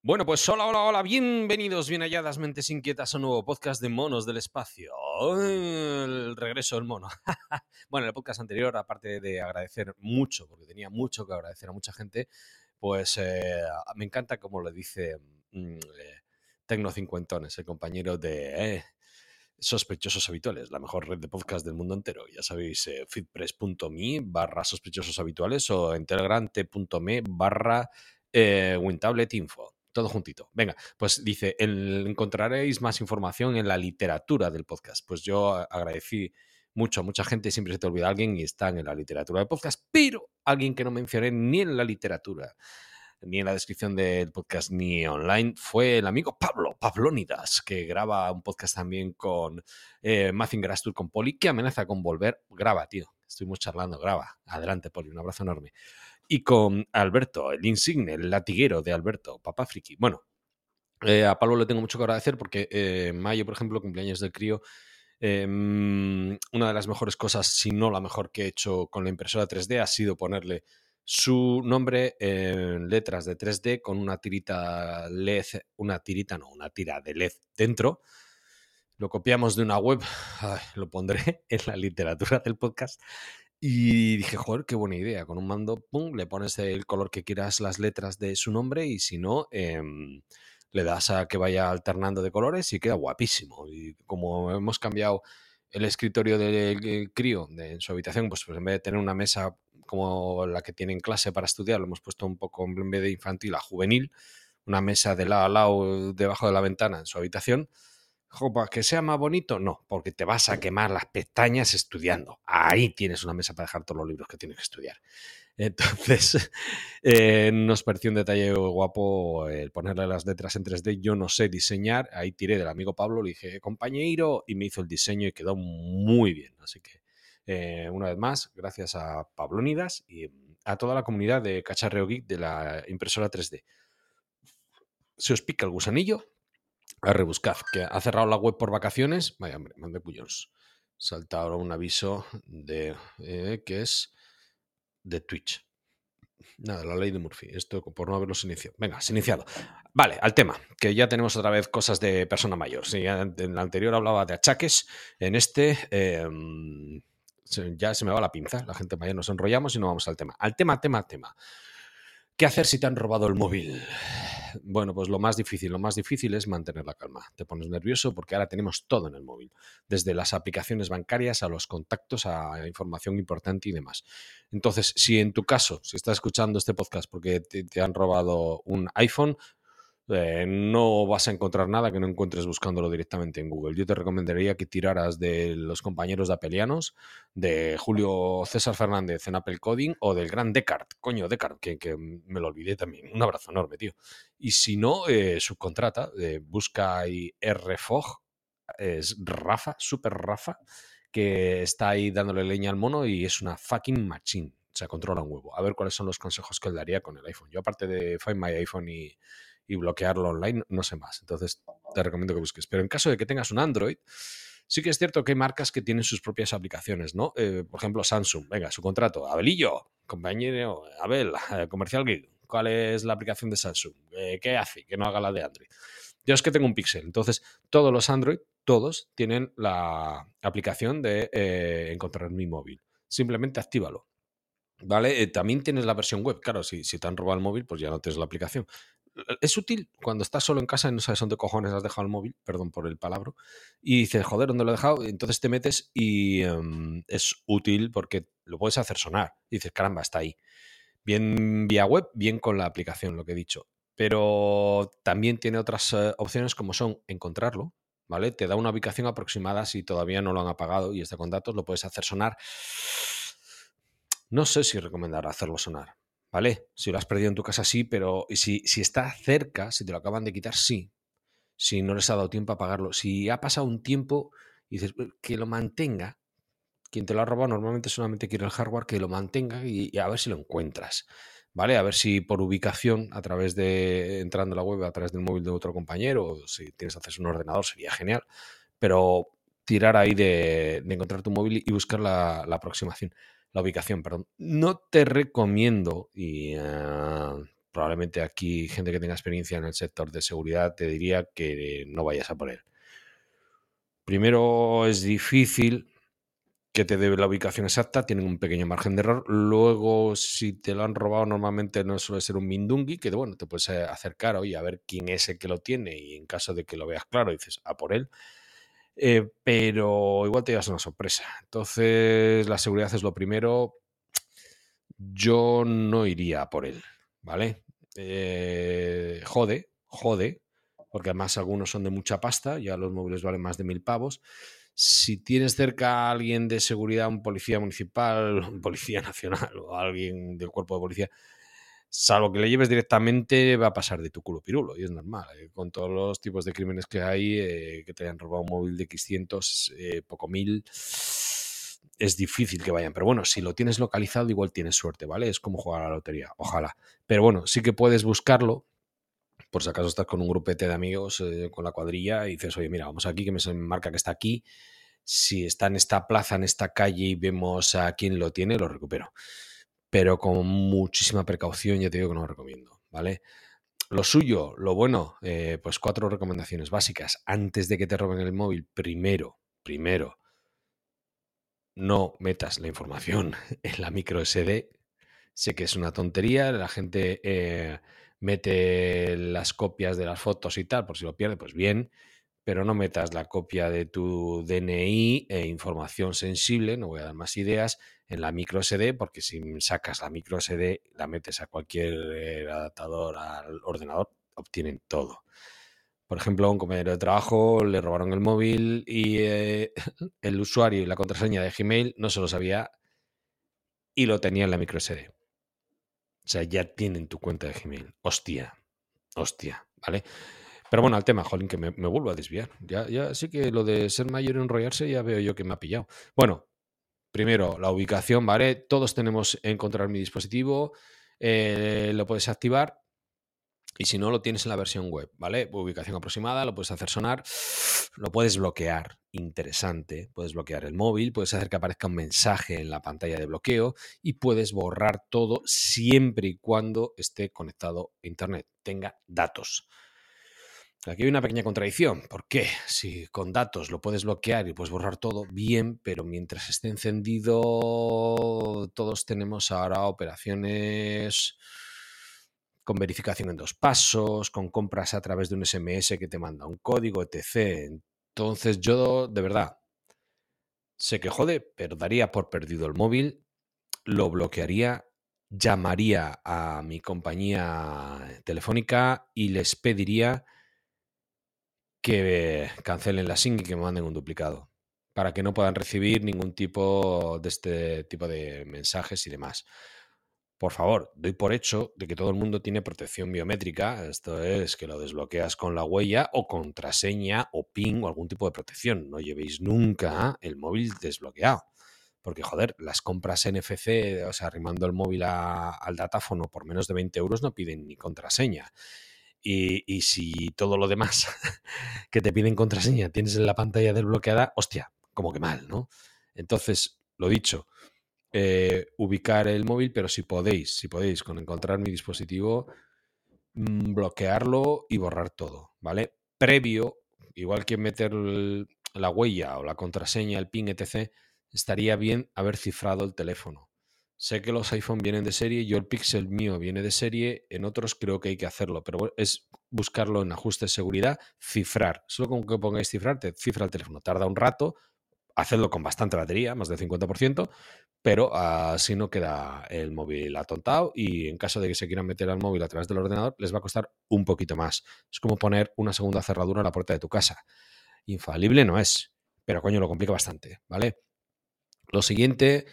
Bueno, pues hola, hola, hola, bienvenidos, bien halladas mentes inquietas a un nuevo podcast de Monos del Espacio. El regreso del mono. Bueno, en el podcast anterior, aparte de agradecer mucho, porque tenía mucho que agradecer a mucha gente, pues me encanta como le dice Tecno Cincuentones, el compañero de Sospechosos Habituales, la mejor red de podcast del mundo entero. Ya sabéis, feedpress.me/sospechosos habituales o en telegram t.me/wintabletinfo. Todo juntito. Venga, pues dice, encontraréis más información en la literatura del podcast. Pues yo agradecí mucho a mucha gente, siempre se te olvida alguien y están en la literatura del podcast, pero alguien que no mencioné ni en la literatura, ni en la descripción del podcast, ni online, fue el amigo Pablónidas, que graba un podcast también con Mazinger Astur, con Poli, que amenaza con volver. Graba, tío. Estuvimos charlando, graba. Adelante, Poli, un abrazo enorme. Y con Alberto, el insigne, el latiguero de Alberto, papá friki. Bueno, a Pablo le tengo mucho que agradecer porque en mayo, por ejemplo, cumpleaños del crío, una de las mejores cosas, si no la mejor que he hecho con la impresora 3D ha sido ponerle su nombre en letras de 3D con una tirita LED, una tira de LED dentro. Lo copiamos de una web, lo pondré en la literatura del podcast. Y dije, joder, qué buena idea. Con un mando, pum, le pones el color que quieras las letras de su nombre y si no, le das a que vaya alternando de colores y queda guapísimo. Y como hemos cambiado el escritorio del crío en su habitación, pues en vez de tener una mesa como la que tiene en clase para estudiar, lo hemos puesto un poco en vez de infantil a juvenil, una mesa de lado a lado debajo de la ventana en su habitación. ¿Para que sea más bonito? No, porque te vas a quemar las pestañas estudiando. Ahí tienes una mesa para dejar todos los libros que tienes que estudiar. Entonces, nos pareció un detalle guapo el ponerle las letras en 3D. Yo no sé diseñar. Ahí tiré del amigo Pablo, le dije, compañero, y me hizo el diseño y quedó muy bien. Así que, una vez más, gracias a Pablo Nidas y a toda la comunidad de Cacharreo Geek de la impresora 3D. Se os pica el gusanillo, a rebuscad, que ha cerrado la web por vacaciones. Vaya, hombre, mande puños. Salta ahora un aviso de que es de Twitch. Nada, la ley de Murphy. Esto por no haberlos iniciado. Venga, se ha iniciado. Vale, al tema, que ya tenemos otra vez cosas de persona mayor. Sí, en la anterior hablaba de achaques. En este ya se me va la pinza. La gente mayor nos enrollamos y no vamos al tema. Al tema. ¿Qué hacer si te han robado el móvil? Bueno, pues lo más difícil es mantener la calma. Te pones nervioso porque ahora tenemos todo en el móvil, desde las aplicaciones bancarias a los contactos, a información importante y demás. Entonces, si en tu caso, si estás escuchando este podcast porque te han robado un iPhone, no vas a encontrar nada que no encuentres buscándolo directamente en Google. Yo te recomendaría que tiraras de los compañeros de Apelianos, de Julio César Fernández en Apple Coding o del gran Descartes, que me lo olvidé también. Un abrazo enorme, tío. Y si no, subcontrata, busca ahí RFOG, es Rafa, super Rafa, que está ahí dándole leña al mono y es una fucking machine. O sea, controla un huevo. A ver cuáles son los consejos que él daría con el iPhone. Yo, aparte de Find My iPhone y bloquearlo online, no sé más. Entonces, te recomiendo que busques. Pero en caso de que tengas un Android, sí que es cierto que hay marcas que tienen sus propias aplicaciones, ¿no? Por ejemplo, Samsung. Venga, su contrato. Abelillo, compañero, Abel, Comercial Geek. ¿Cuál es la aplicación de Samsung? ¿Qué hace? Que no haga la de Android. Yo es que tengo un Pixel. Entonces, todos los Android, todos tienen la aplicación de encontrar mi móvil. Simplemente actívalo. ¿Vale? También tienes la versión web. Claro, si te han robado el móvil, pues ya no tienes la aplicación. Es útil cuando estás solo en casa y no sabes dónde cojones has dejado el móvil, perdón por el palabra, y dices, joder, ¿dónde lo he dejado? Entonces te metes y es útil porque lo puedes hacer sonar. Y dices, caramba, está ahí. Bien vía web, bien con la aplicación, lo que he dicho. Pero también tiene otras opciones como son encontrarlo, ¿vale? Te da una ubicación aproximada si todavía no lo han apagado y está con datos, lo puedes hacer sonar. No sé si recomendar hacerlo sonar, ¿vale? Si lo has perdido en tu casa, sí, pero si está cerca, si te lo acaban de quitar, sí. Si no les ha dado tiempo a pagarlo. Si ha pasado un tiempo y dices que lo mantenga, quien te lo ha robado normalmente solamente quiere el hardware, que lo mantenga y a ver si lo encuentras, ¿vale? A ver si por ubicación, a través de entrando a la web, a través del móvil de otro compañero, o si tienes acceso a un ordenador, sería genial. Pero tirar ahí de encontrar tu móvil y buscar la aproximación, la ubicación, perdón. No te recomiendo, y probablemente aquí gente que tenga experiencia en el sector de seguridad te diría que no vayas a por él. Primero, es difícil que te dé la ubicación exacta, tienen un pequeño margen de error. Luego, si te lo han robado, normalmente no suele ser un mindungui, que bueno, te puedes acercar, oye, a ver quién es el que lo tiene, y en caso de que lo veas claro, dices, a por él. Pero igual te llevas una sorpresa. Entonces, la seguridad es lo primero. Yo no iría a por él, ¿vale? Jode, porque además algunos son de mucha pasta, ya los móviles valen más de 1.000 pavos. Si tienes cerca a alguien de seguridad, un policía municipal, un policía nacional o alguien del cuerpo de policía, salvo que le lleves directamente, va a pasar de tu culo pirulo, y es normal. Con todos los tipos de crímenes que hay, que te hayan robado un móvil de X500, poco mil, es difícil que vayan. Pero bueno, si lo tienes localizado, igual tienes suerte, ¿vale? Es como jugar a la lotería, ojalá. Pero bueno, sí que puedes buscarlo, por si acaso estás con un grupete de amigos, con la cuadrilla, y dices, oye, mira, vamos aquí, que me marca que está aquí. Si está en esta plaza, en esta calle, y vemos a quién lo tiene, lo recupero. Pero con muchísima precaución, ya te digo que no lo recomiendo, ¿vale? Lo suyo, lo bueno, pues 4 recomendaciones básicas. Antes de que te roben el móvil, primero, no metas la información en la micro SD. Sé que es una tontería, la gente mete las copias de las fotos y tal, por si lo pierde, pues bien, pero no metas la copia de tu DNI e información sensible, no voy a dar más ideas, en la micro SD, porque si sacas la micro SD, la metes a cualquier adaptador al ordenador, obtienen todo. Por ejemplo, a un compañero de trabajo le robaron el móvil y el usuario y la contraseña de Gmail no se lo sabía y lo tenía en la micro SD. O sea, ya tienen tu cuenta de Gmail. Hostia, ¿vale? Pero bueno, al tema, jolín, que me vuelvo a desviar. Ya sí que lo de ser mayor y enrollarse ya veo yo que me ha pillado. Bueno, primero, la ubicación, ¿vale? Todos tenemos encontrar mi dispositivo, lo puedes activar, y si no, lo tienes en la versión web, ¿vale? Ubicación aproximada, lo puedes hacer sonar, lo puedes bloquear, interesante, puedes bloquear el móvil, puedes hacer que aparezca un mensaje en la pantalla de bloqueo y puedes borrar todo siempre y cuando esté conectado a internet, tenga datos. Aquí hay una pequeña contradicción. ¿Por qué? Si con datos lo puedes bloquear y puedes borrar todo, bien, pero mientras esté encendido, todos tenemos ahora operaciones con verificación en 2 pasos, con compras a través de un SMS que te manda un código, etc. Entonces yo, de verdad, sé que jode, pero daría por perdido el móvil, lo bloquearía, llamaría a mi compañía telefónica y les pediría que cancelen la SIM y que me manden un duplicado, para que no puedan recibir ningún tipo de este tipo de mensajes y demás. Por favor, doy por hecho de que todo el mundo tiene protección biométrica. Esto es que lo desbloqueas con la huella o contraseña o PIN o algún tipo de protección. No llevéis nunca el móvil desbloqueado. Porque, joder, las compras NFC, o sea, arrimando el móvil al datáfono por menos de 20 euros, no piden ni contraseña. Y si todo lo demás que te piden contraseña tienes en la pantalla desbloqueada, hostia, como que mal, ¿no? Entonces, lo dicho, ubicar el móvil, pero si podéis, con encontrar mi dispositivo, bloquearlo y borrar todo, ¿vale? Previo, igual que meter la huella o la contraseña, el PIN, etc., estaría bien haber cifrado el teléfono. Sé que los iPhone vienen de serie, yo el Pixel mío viene de serie, en otros creo que hay que hacerlo, pero es buscarlo en ajustes de seguridad, cifrar. Solo con que pongáis cifrar, te cifra el teléfono. Tarda un rato, hacedlo con bastante batería, más del 50%, pero así no queda el móvil atontado, y en caso de que se quieran meter al móvil a través del ordenador, les va a costar un poquito más. Es como poner una segunda cerradura a la puerta de tu casa. Infalible no es, pero coño, lo complica bastante, ¿vale? Lo siguiente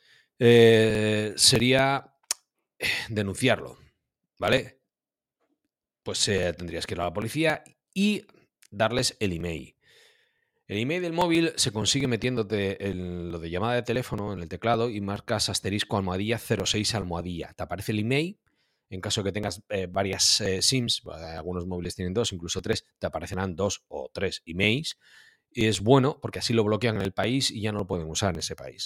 sería denunciarlo, ¿vale? Pues tendrías que ir a la policía y darles el email. El email del móvil se consigue metiéndote en lo de llamada de teléfono en el teclado y marcas asterisco almohadilla 06 almohadilla. Te aparece el email. En caso de que tengas varias SIMs, algunos móviles tienen 2, incluso 3, te aparecerán 2 o 3 emails. Y es bueno porque así lo bloquean en el país y ya no lo pueden usar en ese país,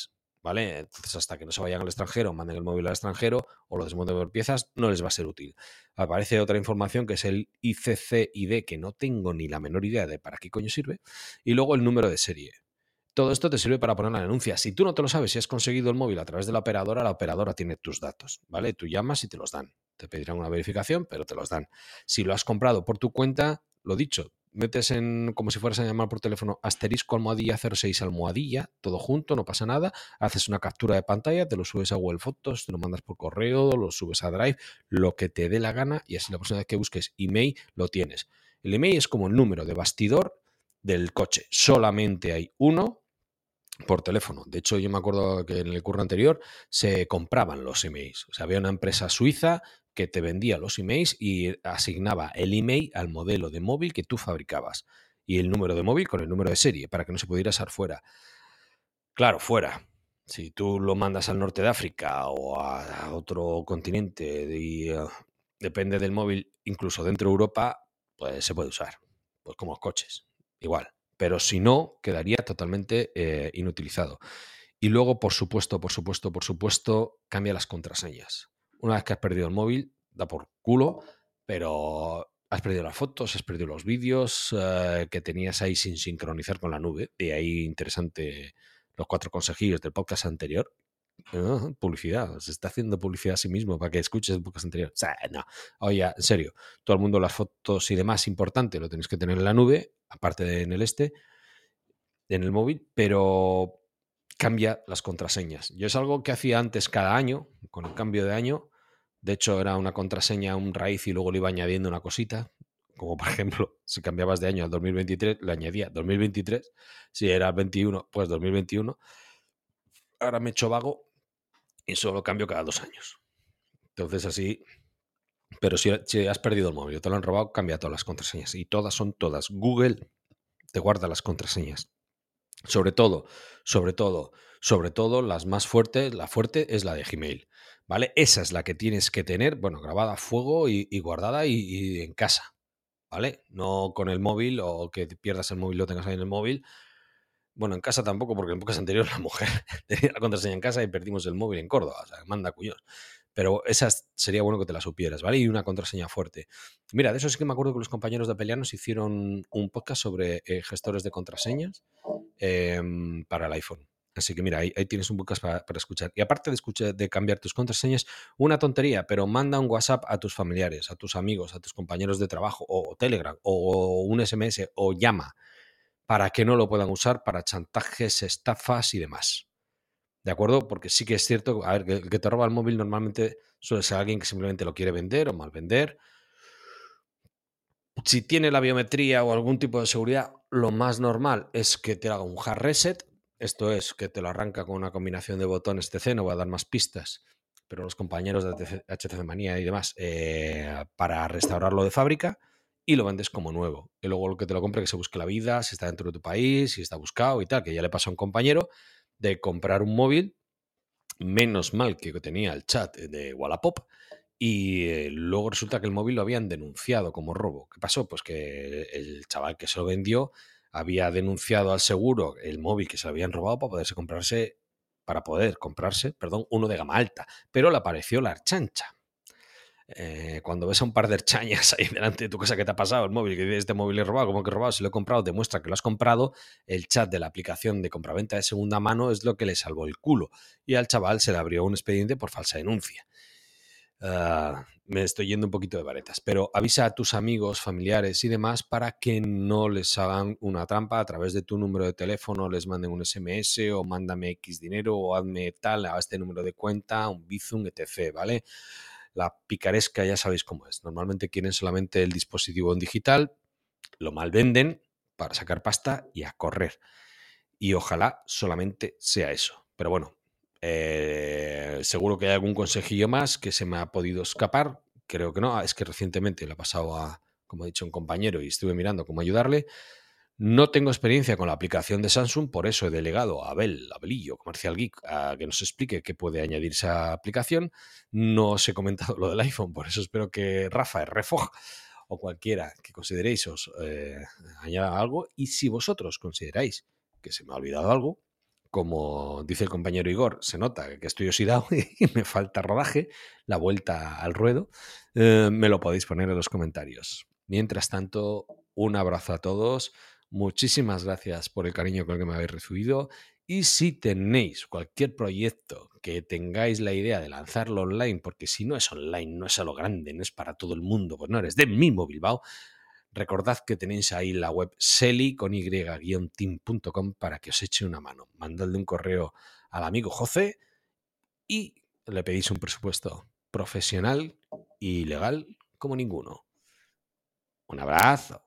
¿vale? Entonces, hasta que no se vayan al extranjero, manden el móvil al extranjero o lo desmonten por piezas, no les va a ser útil. Aparece otra información que es el ICCID, que no tengo ni la menor idea de para qué coño sirve, y luego el número de serie. Todo esto te sirve para poner la denuncia. Si tú no te lo sabes, si has conseguido el móvil a través de la operadora tiene tus datos, ¿vale? Tú llamas y te los dan. Te pedirán una verificación, pero te los dan. Si lo has comprado por tu cuenta, lo dicho, metes en, como si fueras a llamar por teléfono, asterisco almohadilla 06 almohadilla, todo junto, no pasa nada, haces una captura de pantalla, te lo subes a Google Fotos, te lo mandas por correo, lo subes a Drive, lo que te dé la gana, y así la próxima vez que busques email lo tienes. El email es como el número de bastidor del coche. Solamente hay uno por teléfono. De hecho, yo me acuerdo que en el curso anterior se compraban los emails. O sea, había una empresa suiza que te vendía los emails y asignaba el email al modelo de móvil que tú fabricabas y el número de móvil con el número de serie para que no se pudiera usar fuera. Claro, fuera. Si tú lo mandas al norte de África o a otro continente y depende del móvil, incluso dentro de Europa, pues se puede usar. Pues como los coches, igual. Pero si no, quedaría totalmente inutilizado. Y luego, por supuesto, cambia las contraseñas. Una vez que has perdido el móvil, da por culo, pero has perdido las fotos, has perdido los vídeos que tenías ahí sin sincronizar con la nube. De ahí interesante los 4 consejillos del podcast anterior. Publicidad, se está haciendo publicidad a sí mismo para que escuches el podcast anterior. O sea, no. Oye, en serio, todo el mundo las fotos y demás importante lo tenéis que tener en la nube, aparte de en el móvil, pero cambia las contraseñas. Yo es algo que hacía antes cada año, con el cambio de año. De hecho, era una contraseña, un raíz y luego le iba añadiendo una cosita. Como por ejemplo, si cambiabas de año al 2023, le añadía 2023. Si era 21, pues 2021. Ahora me he hecho vago y solo cambio cada 2 años. Entonces así, pero si has perdido el móvil o te lo han robado, cambia todas las contraseñas. Y todas son todas. Google te guarda las contraseñas. Sobre todo, las más fuertes, la fuerte es la de Gmail, ¿vale? Esa es la que tienes que tener, bueno, grabada a fuego y guardada y en casa, ¿vale? No con el móvil o que pierdas el móvil y lo tengas ahí en el móvil. Bueno, en casa tampoco, porque en pocas anteriores la mujer tenía la contraseña en casa y perdimos el móvil en Córdoba, o sea, manda cuyos. Pero esas sería bueno que te la supieras, ¿vale? Y una contraseña fuerte. Mira, de eso sí que me acuerdo que los compañeros de Pelianos hicieron un podcast sobre gestores de contraseñas para el iPhone. Así que mira, ahí tienes un podcast para escuchar. Y aparte de cambiar tus contraseñas, una tontería, pero manda un WhatsApp a tus familiares, a tus amigos, a tus compañeros de trabajo, o Telegram, o un SMS, o llama, para que no lo puedan usar para chantajes, estafas y demás. ¿De acuerdo? Porque sí que es cierto, a ver, que el que te roba el móvil normalmente suele ser alguien que simplemente lo quiere vender o mal vender. Si tiene la biometría o algún tipo de seguridad, lo más normal es que te haga un hard reset. Esto es que te lo arranca con una combinación de botones TC, no voy a dar más pistas, pero los compañeros de HTC Manía y demás, para restaurarlo de fábrica y lo vendes como nuevo. Y luego lo que te lo compre, que se busque la vida, si está dentro de tu país, si está buscado y tal, que ya le pasó a un compañero de comprar un móvil, menos mal que tenía el chat de Wallapop, y luego resulta que el móvil lo habían denunciado como robo. ¿Qué pasó? Pues que el chaval que se lo vendió había denunciado al seguro el móvil que se lo habían robado para poder comprarse, perdón, uno de gama alta. Pero le apareció la archancha. Cuando ves a un par de archañas ahí delante de tu casa que te ha pasado el móvil, que dices, este móvil es robado, ¿cómo que he robado? Si lo he comprado, demuestra que lo has comprado. El chat de la aplicación de compraventa de segunda mano es lo que le salvó el culo. Y al chaval se le abrió un expediente por falsa denuncia. Me estoy yendo un poquito de varetas, pero avisa a tus amigos, familiares y demás para que no les hagan una trampa a través de tu número de teléfono, les manden un SMS o mándame X dinero o hazme tal a este número de cuenta, un Bizum, etc., ¿vale? La picaresca ya sabéis cómo es. Normalmente quieren solamente el dispositivo en digital, lo malvenden para sacar pasta y a correr. Y ojalá solamente sea eso. Pero bueno, seguro que hay algún consejillo más que se me ha podido escapar. Creo que no. Es que recientemente le ha pasado a, como he dicho, un compañero y estuve mirando cómo ayudarle. No tengo experiencia con la aplicación de Samsung, por eso he delegado a Abelillo, Comercial Geek, a que nos explique qué puede añadir esa aplicación. No os he comentado lo del iPhone, por eso espero que Rafa, Refog o cualquiera que consideréis os añada algo. Y si vosotros consideráis que se me ha olvidado algo, como dice el compañero Igor, se nota que estoy oxidado y me falta rodaje, la vuelta al ruedo, me lo podéis poner en los comentarios. Mientras tanto, un abrazo a todos. Muchísimas gracias por el cariño con el que me habéis recibido. Y si tenéis cualquier proyecto que tengáis la idea de lanzarlo online, porque si no es online, no es a lo grande, no es para todo el mundo, pues no eres de Mimo Bilbao, recordad que tenéis ahí la web seli con y-team.com para que os eche una mano. Mandadle un correo al amigo José y le pedís un presupuesto profesional y legal como ninguno. Un abrazo.